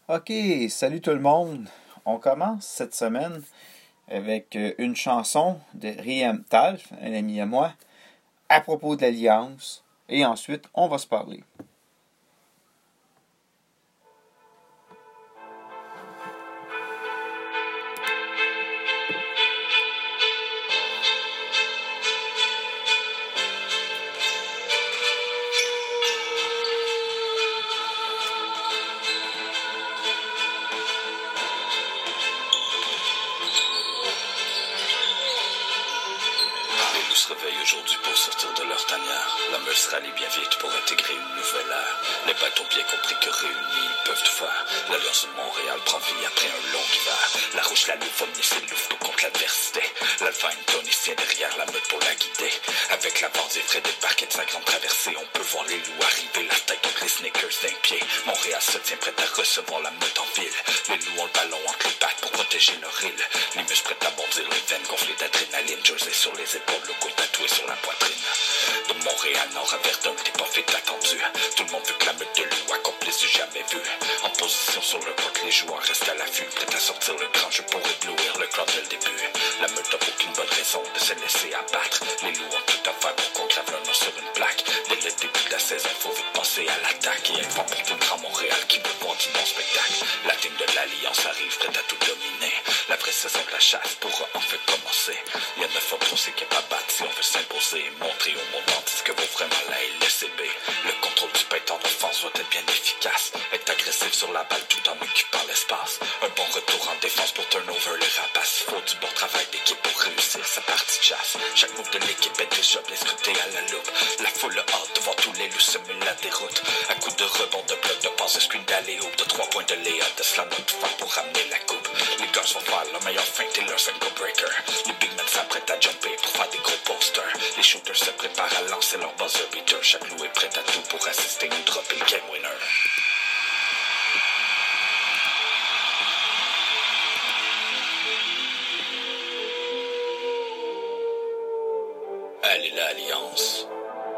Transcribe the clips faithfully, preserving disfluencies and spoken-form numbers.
Ok, salut tout le monde. On commence cette semaine avec euh, une chanson de Riem Talf, un ami à moi, à propos de l'Alliance. Et ensuite, on va se parler. Se réveillent aujourd'hui pour sortir de leur tanière. La meule se rallie bien vite pour intégrer une nouvelle ère. Les bateaux bien compris que réunis ils peuvent tout faire. L'Alliance de Montréal prend vie après un long hiver. La rouge, la louve, omnis et louve contre l'adversité. L'alpha et Tony tient derrière la meute pour la guider. Avec la bande des frais des barquettes de sa grande traversée, on peut voir les loups arriver, la tête entre les sneakers d'un pied. Montréal se tient prête à recevoir la meute en ville. Les loups ont le ballon entre les pattes pour protéger leur île. Les muscles prêts à bondir, les veines gonflées d'adrénaline. Jersey sur les épaules, le col tatoué sur la poitrine. De Montréal nord à Verdun, t'es pas fait attendu. Tout le monde veut que la meute de loups accomplisse du jamais vu. En position sur le pot, les joueurs restent à l'affût, prêts à sortir le grand jeu pour éblouir le crowd dès le début. La meute n'a aucune bonne raison de se laisser abattre. Les loups ont tout à faire pour qu'on grave leur nom sur une plaque. Dès le début de la saison, faut vite penser à l'attaque et être fort pour tout le grand Montréal qui veut voir du bon spectacle. La team de l'Alliance arrive prête à tout dominer. La vraie saison de la chasse pourra enfin commencer. Il y en a fort trop, c'est qu'il n'y a pas battre si on veut s'imposer et montrer au monde entier ce que vaut vraiment la L C B. Le contrôle du paint en offense doit être bien efficace. Être agressif sur la balle tout en occupant l'espace. Un bon retour en défense pour turnover les rapaces. Faut du bon travail d'équipe pour réussir sa partie de chasse. Chaque move de l'équipe est déjà bien scruté à la loupe. La foule a hâte devant tous les loups semer la déroute. À coup de rebond, de bloc, de passe, de screen d'alley-oop, de trois points de Léa, de slam up fort pour ramener la coupe. Les gars vont faire leur meilleur feint et leur single breaker. Les big men s'apprêtent à jumper pour faire des gros posters. Les shooters se préparent à lancer leur buzzer beater. Chaque loup est prêt à tout pour assister ou dropper le game winner. Elle est l'Alliance.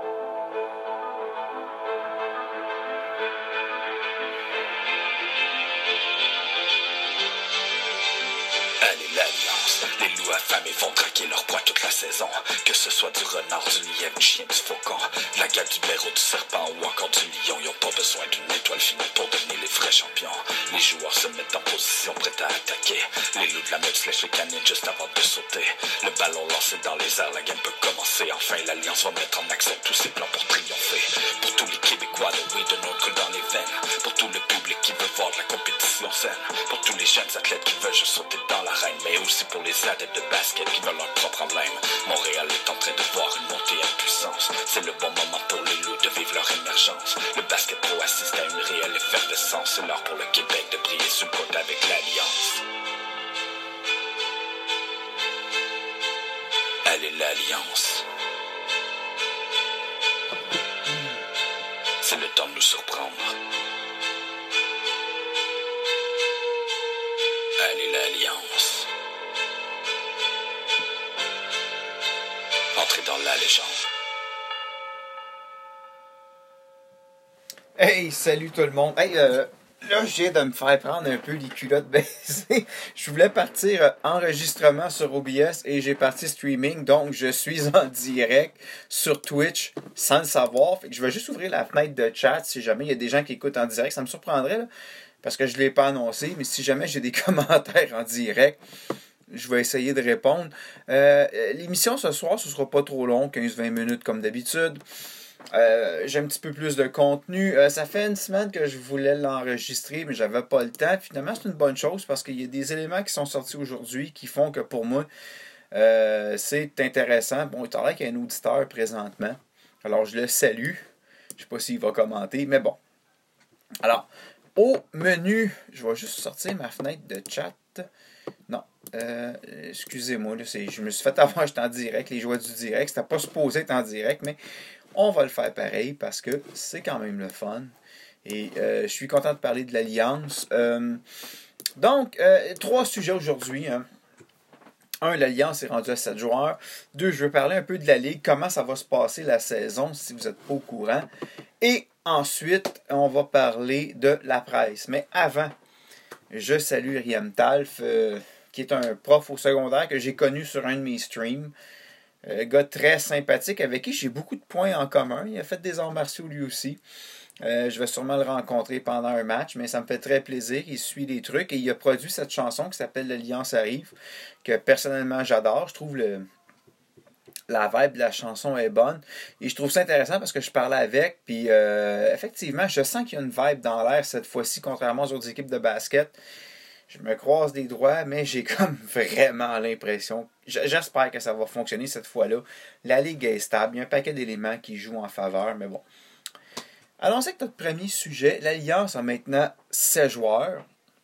Elle est l'Alliance. Les loups affamés vont traquer leur proie toute la saison. Que ce soit du renard, du lièvre, du chien, du faucon, de la gueule, du blaireau, du serpent ou encore du lion. Ils ont pas besoin d'une étoile filée pour devenir les vrais champions. Les joueurs se mettent en position prêts à attaquer. Les loups de la meute se lèchent les canines juste avant de sauter. Le ballon lancé dans les airs, la game peut commencer. Enfin, l'Alliance va mettre en action tous ses plans pour triompher. Pour tous les Québécois, le oui de notre coule dans les veines. Pour tout le public qui veut voir de la compétition saine. Pour tous les jeunes athlètes qui veulent juste sauter dans l'arène. Mais aussi pour les adeptes de basket qui veulent leur propre emblème. Montréal est en train de voir une montée en puissance. C'est le bon moment pour les loups de vivre leur émergence. Le basket pro assiste à une réelle effervescence. C'est l'heure pour le Québec de briller sous le côte avec l'Alliance. Elle est l'Alliance. C'est le temps de nous surprendre. Elle est l'Alliance. Entrez dans la légende. Hey, salut tout le monde. Hey, euh, là, je viens de me faire prendre un peu les culottes baissées. Je voulais partir euh, enregistrement sur O B S et j'ai parti streaming. Donc, je suis en direct sur Twitch sans le savoir. Fait que je vais juste ouvrir la fenêtre de chat si jamais il y a des gens qui écoutent en direct. Ça me surprendrait, là, parce que je ne l'ai pas annoncé. Mais si jamais j'ai des commentaires en direct, je vais essayer de répondre. Euh, l'émission ce soir, ce ne sera pas trop long, quinze à vingt minutes comme d'habitude. Euh, j'ai un petit peu plus de contenu. Euh, ça fait une semaine que je voulais l'enregistrer, mais j'avais pas le temps. Finalement, c'est une bonne chose parce qu'il y a des éléments qui sont sortis aujourd'hui qui font que pour moi, euh, c'est intéressant. Bon, il paraît qu'il y a un auditeur présentement. Alors, je le salue. Je sais pas s'il va commenter, mais bon. Alors, au menu, je vais juste sortir ma fenêtre de chat. Non, euh, excusez-moi, là, c'est, je me suis fait avoir, j'étais en direct, les joies du direct. C'était pas supposé être en direct, mais on va le faire pareil parce que c'est quand même le fun. Et euh, je suis content de parler de l'Alliance. Euh, donc, euh, trois sujets aujourd'hui. Hein. Un, l'Alliance est rendue à sept joueurs. Deux, je veux parler un peu de la Ligue, comment ça va se passer la saison, si vous n'êtes pas au courant. Et ensuite, on va parler de la presse. Mais avant, Je salue Riam Talf, euh, qui est un prof au secondaire que j'ai connu sur un de mes streams. Un euh, gars très sympathique avec qui j'ai beaucoup de points en commun. Il a fait des arts martiaux lui aussi. Euh, je vais sûrement le rencontrer pendant un match, mais ça me fait très plaisir. Il suit les trucs et il a produit cette chanson qui s'appelle L'Alliance arrive, que personnellement j'adore. Je trouve le, la vibe de la chanson est bonne. Et je trouve ça intéressant parce que je parlais avec, puis euh, effectivement, je sens qu'il y a une vibe dans l'air cette fois-ci, contrairement aux autres équipes de basket. Je me croise les doigts, mais j'ai comme vraiment l'impression, j'espère que ça va fonctionner cette fois-là. La ligue est stable, il y a un paquet d'éléments qui jouent en faveur, mais bon. Allons-y avec notre premier sujet. L'Alliance a maintenant sept joueurs.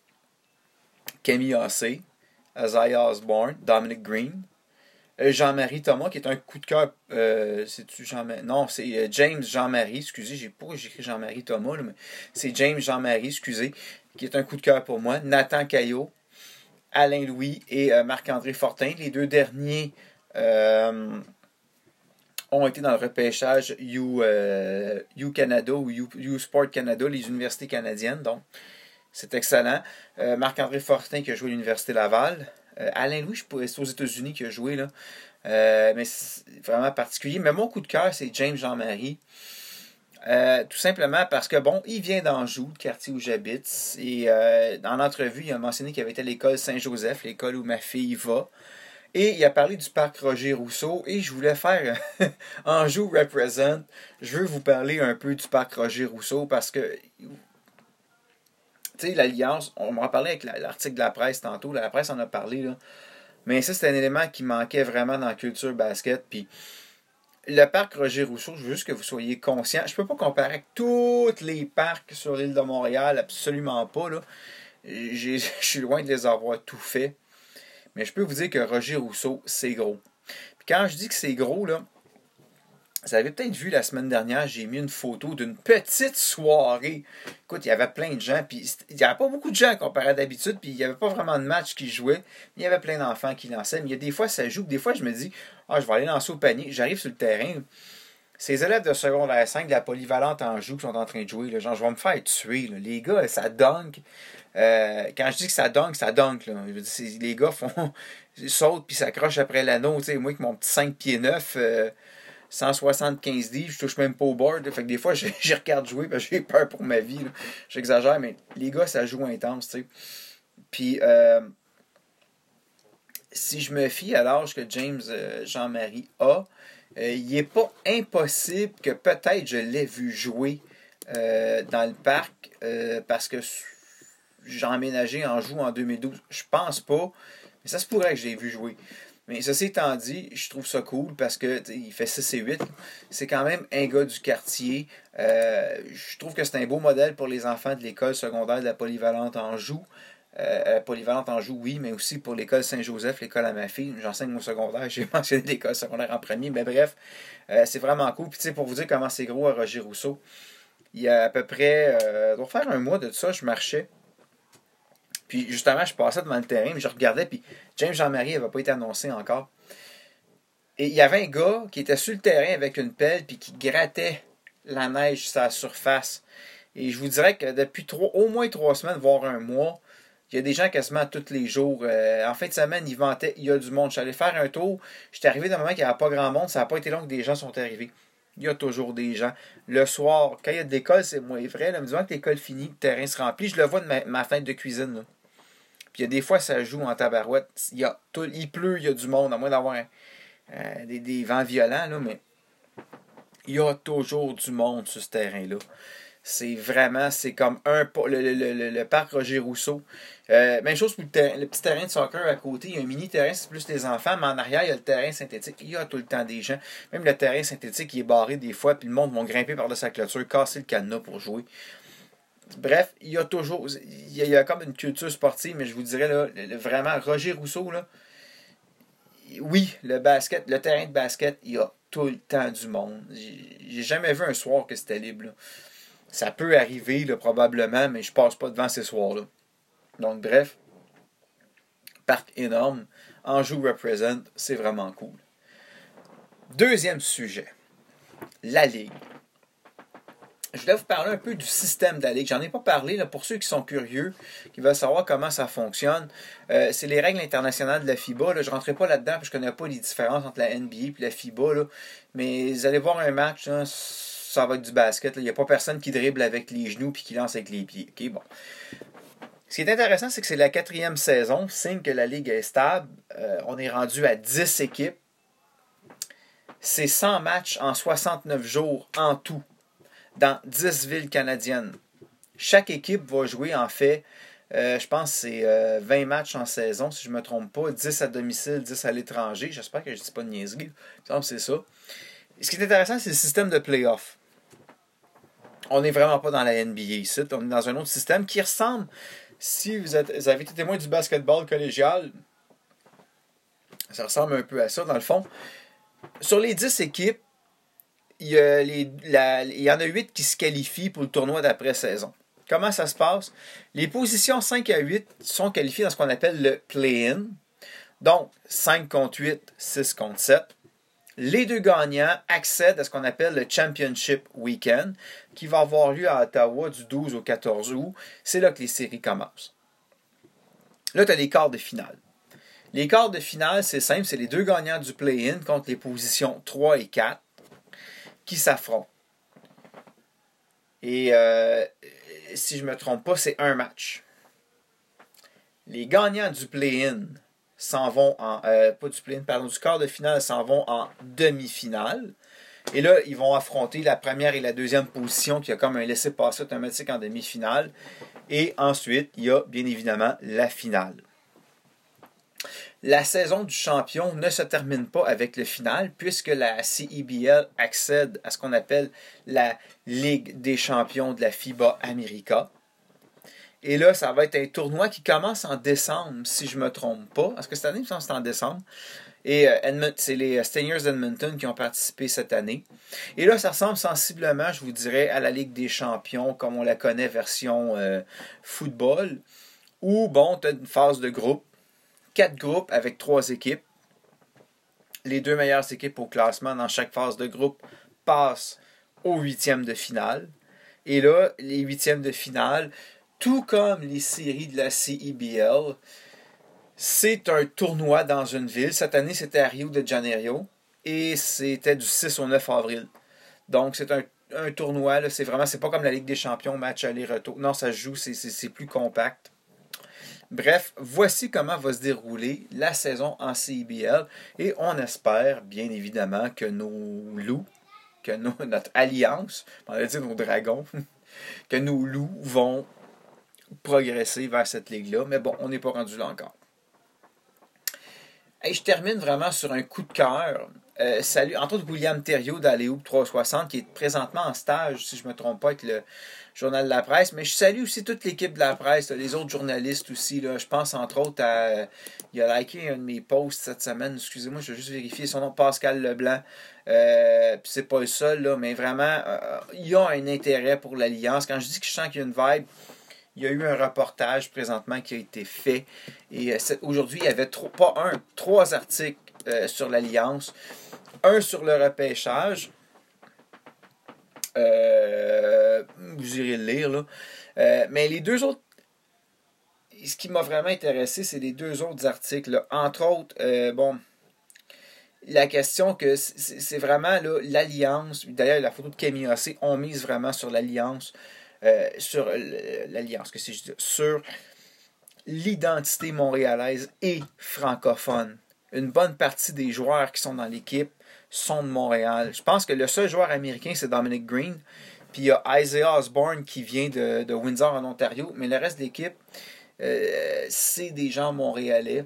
Camille Hassé, Isaiah Osborne, Dominic Green, Jean-Marie Thomas, qui est un coup de cœur. Euh, c'est-tu Jean-Marie? Non, c'est James Jean-Marie, excusez, j'ai pas j'écris Jean-Marie Thomas, là, mais c'est James Jean-Marie, excusez, qui est un coup de cœur pour moi. Nathan Caillot, Alain Louis et euh, Marc-André Fortin. Les deux derniers euh, ont été dans le repêchage U, euh, U Canada ou U, U Sport Canada, les universités canadiennes. Donc, c'est excellent. Euh, Marc-André Fortin qui a joué à l'Université Laval. Euh, Alain Louis, je sais, c'est aux États-Unis qu'il a joué, là. Euh, mais c'est vraiment particulier. Mais mon coup de cœur, c'est James Jean-Marie. Euh, tout simplement parce que, bon, il vient d'Anjou, le quartier où j'habite. Et euh, dans l'entrevue, il a mentionné qu'il avait été à l'école Saint-Joseph, l'école où ma fille va. Et il a parlé du parc Roger Rousseau. Et je voulais faire Anjou Represent. Je veux vous parler un peu du parc Roger Rousseau parce que, tu sais, l'Alliance, on m'en parlait avec l'article de la presse tantôt. La presse en a parlé, là. Mais ça, c'est un élément qui manquait vraiment dans la culture basket. Puis le parc Roger Rousseau, je veux juste que vous soyez conscients. Je ne peux pas comparer avec tous les parcs sur l'île de Montréal, absolument pas, là. J'ai, je suis loin de les avoir tout fait. Mais je peux vous dire que Roger Rousseau, c'est gros. Puis quand je dis que c'est gros, là, vous avez peut-être vu la semaine dernière, j'ai mis une photo d'une petite soirée. Écoute, il y avait plein de gens, puis il n'y avait pas beaucoup de gens comparé à d'habitude, puis il n'y avait pas vraiment de match qui jouaient. Il y avait plein d'enfants qui lançaient, mais il y a des fois ça joue, des fois je me dis, ah, je vais aller lancer au panier. J'arrive sur le terrain, ces élèves de secondaire cinq de la polyvalente Anjou qui sont en train de jouer, là, genre, je vais me faire tuer. Là. Les gars, ça dunk. Euh, quand je dis que ça dunk, ça dunk. Là. Je veux dire, les gars font sautent puis s'accrochent après l'anneau. Tu sais, moi, avec mon petit cinq pieds neuf, euh, cent soixante-quinze livres, je touche même pas au board. Là. Fait que des fois, je, je regarde jouer parce que j'ai peur pour ma vie. Là. J'exagère, mais les gars, ça joue intense. Tu sais. Puis, euh, si je me fie à l'âge que James euh, Jean-Marie a, euh, il n'est pas impossible que peut-être je l'ai vu jouer euh, dans le parc euh, parce que j'ai emménagé en Anjou en deux mille douze. Je pense pas, mais ça se pourrait que je l'ai vu jouer. Mais ceci étant dit, je trouve ça cool parce que il fait six et huit. C'est quand même un gars du quartier. Euh, je trouve que c'est un beau modèle pour les enfants de l'école secondaire de la polyvalente Anjou. Euh, polyvalente Anjou, oui, mais aussi pour l'école Saint-Joseph, l'école à ma fille. J'enseigne mon secondaire, j'ai mentionné l'école secondaire en premier, mais bref, euh, c'est vraiment cool. Puis tu sais, pour vous dire comment c'est gros à Roger Rousseau, il y a à peu près, euh, pour faire un mois de ça, je marchais. Puis justement, je passais devant le terrain, mais je regardais, puis James Jean-Marie n'avait pas été annoncé encore. Et il y avait un gars qui était sur le terrain avec une pelle, puis qui grattait la neige sur la surface. Et je vous dirais que depuis trois, au moins trois semaines, voire un mois, il y a des gens quasiment tous les jours. Euh, en fin de semaine, ils vantaient, il y a du monde. Je suis allé faire un tour. J'étais arrivé d'un moment qu'il n'y avait pas grand monde. Ça n'a pas été long que des gens sont arrivés. Il y a toujours des gens. Le soir, quand il y a de l'école, c'est moins vrai. Là, mais disons que l'école finit, le terrain se remplit. Je le vois de ma, ma fenêtre de cuisine. Là. Puis il y a des fois, ça joue en tabarouette. Il, y a tout, il pleut, il y a du monde, à moins d'avoir un, euh, des, des vents violents. Là, mais il y a toujours du monde sur ce terrain-là. C'est vraiment, c'est comme un le, le, le, le parc Roger Rousseau. Euh, même chose pour le, terrain, le petit terrain de soccer à côté. Il y a un mini terrain, c'est plus les enfants, mais en arrière, il y a le terrain synthétique. Il y a tout le temps des gens. Même le terrain synthétique, il est barré des fois, puis le monde va grimper par-dessus sa clôture, casser le cadenas pour jouer. Bref, il y a toujours, il y a, il y a comme une culture sportive, mais je vous dirais, là, le, vraiment, Roger Rousseau, là, oui, le basket, le terrain de basket, il y a tout le temps du monde. J'ai, j'ai jamais vu un soir que c'était libre, là. Ça peut arriver, là, probablement, mais je passe pas devant ces soirs-là. Donc, bref, parc énorme. Anjou Represent, c'est vraiment cool. Deuxième sujet, la Ligue. je voulais vous parler un peu du système de la Ligue. J'en ai pas parlé, là, pour ceux qui sont curieux, qui veulent savoir comment ça fonctionne. Euh, c'est les règles internationales de la FIBA. Là. Je ne rentrerai pas là-dedans, parce que je ne connais pas les différences entre la N B A et la FIBA. Là. Mais vous allez voir un match, là, ça va être du basket. Il n'y a pas personne qui dribble avec les genoux et qui lance avec les pieds. Okay, bon. Ce qui est intéressant, c'est que c'est la quatrième saison, signe que la Ligue est stable. Euh, on est rendu à dix équipes. C'est cent matchs en soixante-neuf jours en tout, dans dix villes canadiennes. Chaque équipe va jouer, en fait, euh, je pense que c'est euh, vingt matchs en saison, si je ne me trompe pas, dix à domicile, dix à l'étranger. J'espère que je ne dis pas de niaiserie. Il me semble que c'est ça. Ce qui est intéressant, c'est le système de play-off. On n'est vraiment pas dans la N B A ici. On est dans un autre système qui ressemble, si vous, êtes, vous avez été témoin du basketball collégial, ça ressemble un peu à ça, dans le fond. Sur les dix équipes, il y, a les, la, il y en a huit qui se qualifient pour le tournoi d'après-saison. Comment ça se passe? Les positions cinq à huit sont qualifiées dans ce qu'on appelle le play-in. Donc, cinq contre huit, six contre sept. Les deux gagnants accèdent à ce qu'on appelle le Championship Weekend, qui va avoir lieu à Ottawa du douze au quatorze août. C'est là que les séries commencent. Là, tu as les quarts de finale. Les quarts de finale, c'est simple, c'est les deux gagnants du play-in contre les positions trois et quatre qui s'affrontent. Et euh, si je ne me trompe pas, c'est un match. Les gagnants du play-in s'en vont en... Euh, pas du play-in, pardon, du quart de finale s'en vont en demi-finale. Et là, ils vont affronter la première et la deuxième position qui a comme un laissez-passer automatique en demi-finale. Et ensuite, il y a bien évidemment la finale. La saison du champion ne se termine pas avec le final, puisque la C E B L accède à ce qu'on appelle la Ligue des champions de la FIBA America. Et là, ça va être un tournoi qui commence en décembre, si je ne me trompe pas. Parce que cette année, il me semble que c'est en décembre. Et euh, Edmont, c'est les Stingers d'Edmonton qui ont participé cette année. Et là, ça ressemble sensiblement, je vous dirais, à la Ligue des champions, comme on la connaît version euh, football. Où, bon, tu as une phase de groupe. Quatre groupes avec trois équipes. Les deux meilleures équipes au classement dans chaque phase de groupe passent au huitième de finale. Et là, les huitièmes de finale, tout comme les séries de la C E B L, c'est un tournoi dans une ville. Cette année, c'était à Rio de Janeiro et c'était du six au neuf avril. Donc, c'est un, un tournoi. Là, c'est vraiment, c'est pas comme la Ligue des champions, match aller-retour. Non, ça se joue, c'est, c'est, c'est plus compact. Bref, voici comment va se dérouler la saison en C E B L et on espère bien évidemment que nos loups, que nos, notre alliance, on va dire nos dragons, que nos loups vont progresser vers cette ligue-là. Mais bon, on n'est pas rendu là encore. Et je termine vraiment sur un coup de cœur. Euh, salut, entre autres William Thériault d'Aléoupe trois cent soixante qui est présentement en stage, si je ne me trompe pas, avec le Journal de la presse. Mais je salue aussi toute l'équipe de la presse, là, les autres journalistes aussi. Là. Je pense entre autres à... Il a liké un de mes posts cette semaine. Excusez-moi, je vais juste vérifier son nom, Pascal Leblanc. Euh, puis c'est pas le seul, là, mais vraiment, euh, il y a un intérêt pour l'Alliance. Quand je dis que je sens qu'il y a une vibe, il y a eu un reportage présentement qui a été fait. Et euh, aujourd'hui, il y avait trois, pas un, trois articles euh, sur l'Alliance. Un sur le repêchage. Euh, vous irez le lire, là. Euh, mais les deux autres, ce qui m'a vraiment intéressé, c'est les deux autres articles. Là. Entre autres, euh, bon, la question que c'est, c'est vraiment là, l'Alliance. D'ailleurs, la photo de Camille Ossé, on mise vraiment sur l'Alliance. Euh, sur l'Alliance, que c'est juste sur l'identité montréalaise et francophone. Une bonne partie des joueurs qui sont dans l'équipe sont de Montréal. Je pense que le seul joueur américain, c'est Dominic Green. Puis il y a Isaiah Osborne qui vient de, de Windsor en Ontario. Mais le reste de l'équipe, euh, c'est des gens montréalais.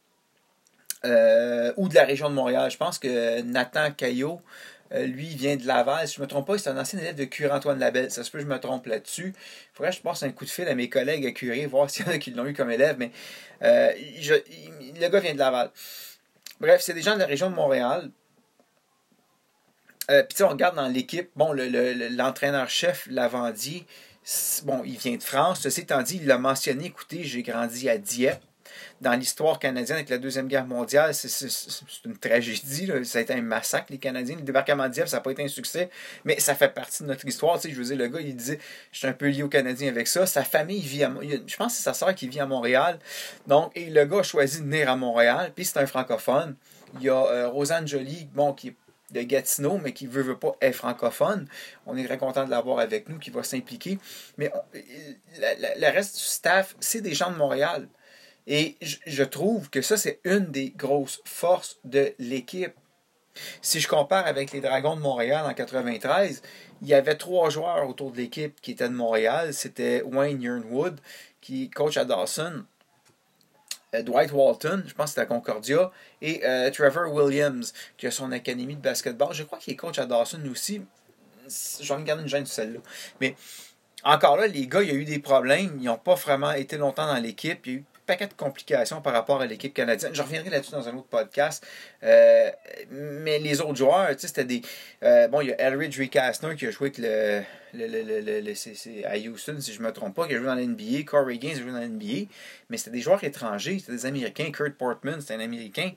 Euh, ou de la région de Montréal. Je pense que Nathan Caillot, euh, lui, vient de Laval. Si je ne me trompe pas, c'est un ancien élève de Curie-Antoine Labelle. Ça se peut que je me trompe là-dessus. Il faudrait que je passe un coup de fil à mes collègues à Curie, voir s'il y en a qui l'ont eu comme élève. Mais euh, je, le gars vient de Laval. Bref, c'est des gens de la région de Montréal. Euh, Puis on regarde dans l'équipe, bon, le, le, l'entraîneur-chef Lavandier, bon, il vient de France. Ceci étant dit, il l'a mentionné, écoutez, j'ai grandi à Dieppe. dans l'histoire canadienne avec la Deuxième Guerre mondiale, c'est, c'est, c'est une tragédie. Là. Ça a été un massacre, les Canadiens. Le débarquement de Dieppe, ça n'a pas été un succès, mais ça fait partie de notre histoire. Tu sais, je veux dire, le gars, il disait, je suis un peu lié aux Canadiens avec ça. Sa famille vit à Montréal. Je pense que c'est sa sœur qui vit à Montréal. Donc, et le gars a choisi de venir à Montréal, puis c'est un francophone. Il y a euh, Rosanne Joly, bon, qui est de Gatineau, mais qui veut, veut pas être francophone. On est très content de l'avoir avec nous, qui va s'impliquer. Mais le reste du staff, c'est des gens de Montréal. Et je, je trouve que ça, c'est une des grosses forces de l'équipe. Si je compare avec les Dragons de Montréal en quatre-vingt-treize, il y avait trois joueurs autour de l'équipe qui étaient de Montréal. C'était Wayne Yernwood, qui est coach à Dawson, Dwight Walton, je pense que c'était à Concordia, et euh, Trevor Williams, qui a son académie de basketball. Je crois qu'il est coach à Dawson aussi. Je vais me garder une gêne de celle-là. Mais encore là, les gars, il y a eu des problèmes. Ils n'ont pas vraiment été longtemps dans l'équipe. Il y a eu un paquet de complications par rapport à l'équipe canadienne. Je reviendrai là-dessus dans un autre podcast. Euh, mais les autres joueurs, tu sais, c'était des... Euh, bon, il y a Elridge Recastner qui a joué avec le... le, le, le, le, le c'est, c'est à Houston, si je ne me trompe pas, qui a joué dans la N B A. Corey Gaines a joué dans la N B A. Mais c'était des joueurs étrangers. C'était des Américains. Kurt Portman, c'était un Américain.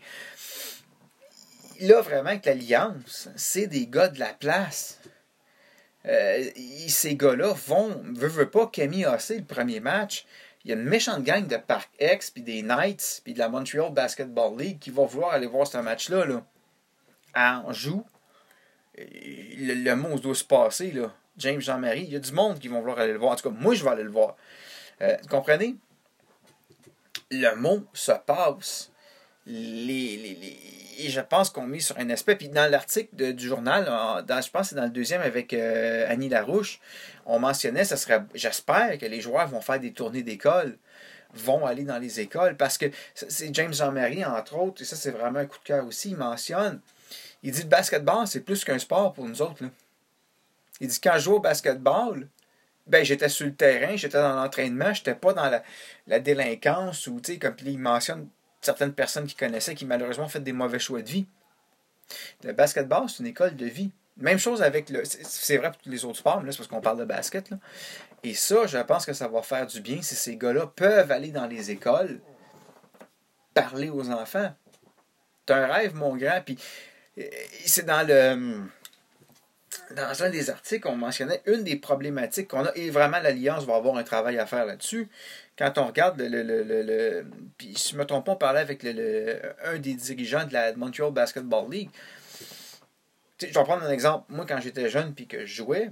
Là, vraiment, avec l'Alliance, c'est des gars de la place. Euh, ces gars-là vont... Veut, veut pas, Camille Hossé, le premier match... Il y a une méchante gang de Parc X, puis des Knights, puis de la Montreal Basketball League qui va vouloir aller voir ce match-là. Là. À Anjou, le, le mot doit se passer. Là. James Jean-Marie, il y a du monde qui vont vouloir aller le voir. En tout cas, moi, je vais aller le voir. Euh, vous comprenez? Le mot se passe. Les, les, les... Et je pense qu'on met sur un aspect. Puis dans l'article de, du journal, dans, je pense que c'est dans le deuxième avec euh, Annie Larouche, on mentionnait, ça serait, j'espère que les joueurs vont faire des tournées d'école, vont aller dans les écoles, parce que c'est James Jean-Marie, entre autres, et ça c'est vraiment un coup de cœur aussi, il mentionne, il dit le basketball, c'est plus qu'un sport pour nous autres. Là. Il dit quand je jouais au basketball, ben j'étais sur le terrain, j'étais dans l'entraînement, j'étais pas dans la, la délinquance, ou tu sais, comme il mentionne certaines personnes qui connaissaient qui malheureusement ont fait des mauvais choix de vie. Le basketball, c'est une école de vie. Même chose avec le... C'est vrai pour tous les autres sports, mais là, c'est parce qu'on parle de basket. Là. Et ça, je pense que ça va faire du bien si ces gars-là peuvent aller dans les écoles, parler aux enfants. T'as un rêve, mon grand, puis c'est dans le... Dans un des articles, on mentionnait une des problématiques qu'on a, et vraiment l'Alliance va avoir un travail à faire là-dessus. Quand on regarde le... le, le, le, le puis si je ne me trompe pas, on parlait avec le, le, un des dirigeants de la Montreal Basketball League. Je vais prendre un exemple. Moi, quand j'étais jeune et que je jouais,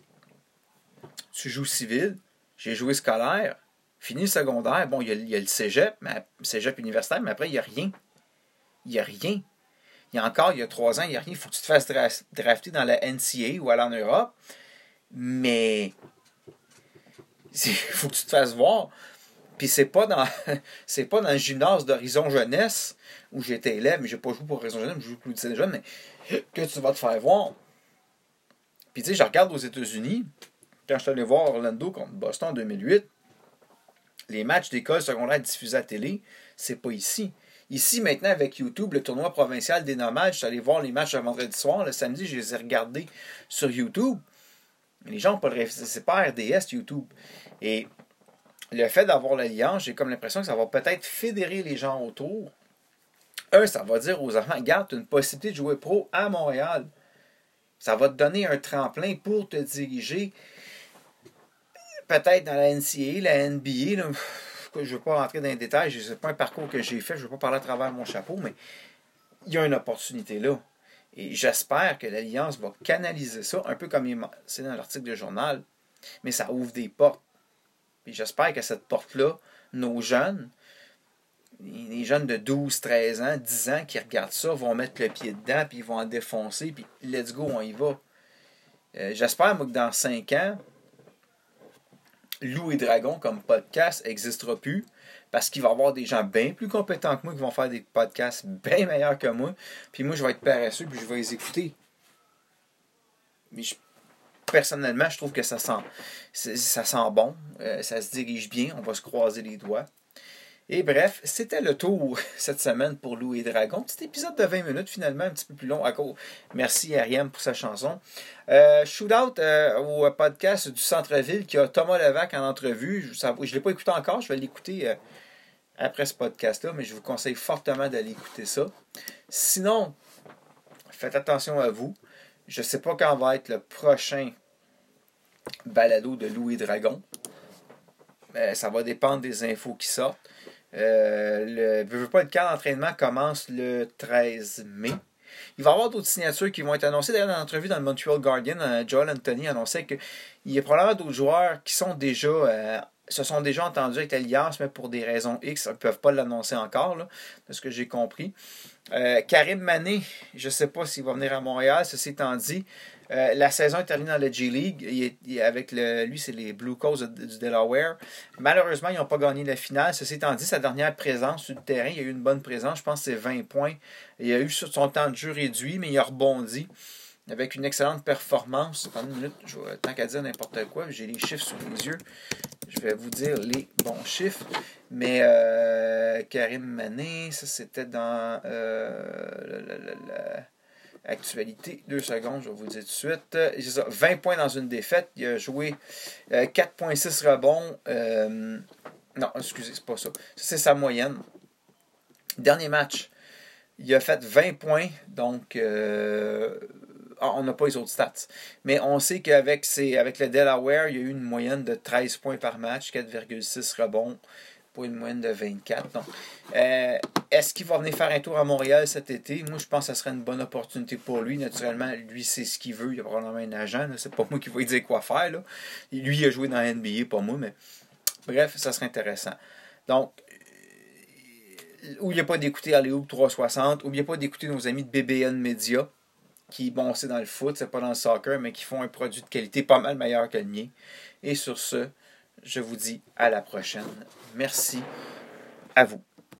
tu joues civil, j'ai joué scolaire, fini le secondaire, bon, il y a, il y a le cégep, mais, cégep universitaire, mais après, il n'y a rien. Il n'y a rien. Il y a encore, il y a trois ans, il n'y a rien. Il faut que tu te fasses dra- drafter dans la N C A A ou aller en Europe, mais il faut que tu te fasses voir. Puis c'est pas dans c'est pas dans le gymnase d'Horizon Jeunesse où j'étais élève, mais j'ai pas joué pour Horizon Jeunesse, je joue plus de jeunes, mais que tu vas te faire voir. Puis tu sais, je regarde aux États-Unis, quand je suis allé voir Orlando contre Boston en deux mille huit, les matchs d'école secondaire diffusés à la télé, c'est pas ici. Ici, maintenant, avec YouTube, le tournoi provincial des nomades, je suis allé voir les matchs le vendredi soir, le samedi, je les ai regardés sur YouTube. Mais les gens n'ont pas le c'est pas R D S YouTube. Et le fait d'avoir l'alliance, j'ai comme l'impression que ça va peut-être fédérer les gens autour. Un, ça va dire aux enfants, regarde, tu as une possibilité de jouer pro à Montréal. Ça va te donner un tremplin pour te diriger peut-être dans la N C A A, la N B A. Là. Je ne veux pas rentrer dans les détails, ce n'est pas un parcours que j'ai fait, je ne veux pas parler à travers mon chapeau, mais il y a une opportunité là. Et j'espère que l'Alliance va canaliser ça, un peu comme c'est dans l'article de journal, mais ça ouvre des portes. Et j'espère que cette porte-là, nos jeunes, les jeunes de douze, treize ans, dix ans qui regardent ça, vont mettre le pied dedans, puis ils vont en défoncer, puis let's go, on y va. Euh, j'espère, moi, que dans cinq ans, Loup et Dragon comme podcast n'existera plus, parce qu'il va y avoir des gens bien plus compétents que moi qui vont faire des podcasts bien meilleurs que moi, puis moi, je vais être paresseux, puis je vais les écouter. Mais je personnellement, je trouve que ça sent, ça sent bon, euh, ça se dirige bien, on va se croiser les doigts. Et bref, c'était le tour cette semaine pour Loup et Dragon. Petit épisode de vingt minutes, finalement, un petit peu plus long à cause. Merci à Ariam pour sa chanson. Euh, Shootout euh, au podcast du Centre-Ville qui a Thomas Levac en entrevue. Je ne l'ai pas écouté encore, je vais l'écouter euh, après ce podcast-là, mais je vous conseille fortement d'aller écouter ça. Sinon, faites attention à vous. Je ne sais pas quand va être le prochain balado de Louis Dragon. Euh, ça va dépendre des infos qui sortent. Euh, le, je veux pas, le camp d'entraînement commence le treize mai. Il va y avoir d'autres signatures qui vont être annoncées. D'ailleurs, dans l'entrevue dans le Montreal Guardian, Joel Anthony annonçait qu'il y a probablement d'autres joueurs qui sont déjà, euh, se sont déjà entendus avec l'Alliance, mais pour des raisons X, ils ne peuvent pas l'annoncer encore, là, de ce que j'ai compris. Euh, Karim Mané, je ne sais pas s'il va venir à Montréal, ceci étant dit. Euh, la saison est terminée dans la G-League. Il est, il est avec le, lui, c'est les Blue Coats du Delaware. Malheureusement, ils n'ont pas gagné la finale. Ceci étant dit, sa dernière présence sur le terrain, il y a eu une bonne présence. Je pense que c'est vingt points. Il a eu son temps de jeu réduit, mais il a rebondi avec une excellente performance. Pendant une minute, je vais, tant qu'à dire n'importe quoi, j'ai les chiffres sous les yeux. Je vais vous dire les bons chiffres. Mais euh, Karim Mané, ça c'était dans euh, la, la, la, la actualité. Deux secondes, je vais vous le dire tout de suite. C'est ça, vingt points dans une défaite. Il a joué euh, quatre virgule six rebonds. Euh, non, excusez, c'est pas ça. Ça, c'est sa moyenne. Dernier match, il a fait vingt points. Donc, euh, ah, on n'a pas les autres stats. Mais on sait qu'avec ses, avec le Delaware, il y a eu une moyenne de treize points par match, quatre virgule six rebonds. Pour une moyenne de vingt-quatre. Donc, euh, est-ce qu'il va venir faire un tour à Montréal cet été? Moi, je pense que ce serait une bonne opportunité pour lui. Naturellement, lui, c'est ce qu'il veut. Il a probablement un agent. Là. C'est pas moi qui vais lui dire quoi faire. Là. Lui, il a joué dans la N B A, pas moi. Mais bref, ça serait intéressant. Donc, n'oubliez pas d'écouter Alley-Oop trois cent soixante. N'oubliez pas d'écouter nos amis de B B N Media, qui, bon, c'est dans le foot, c'est pas dans le soccer, mais qui font un produit de qualité pas mal meilleur que le mien. Et sur ce, je vous dis à la prochaine. Merci à vous.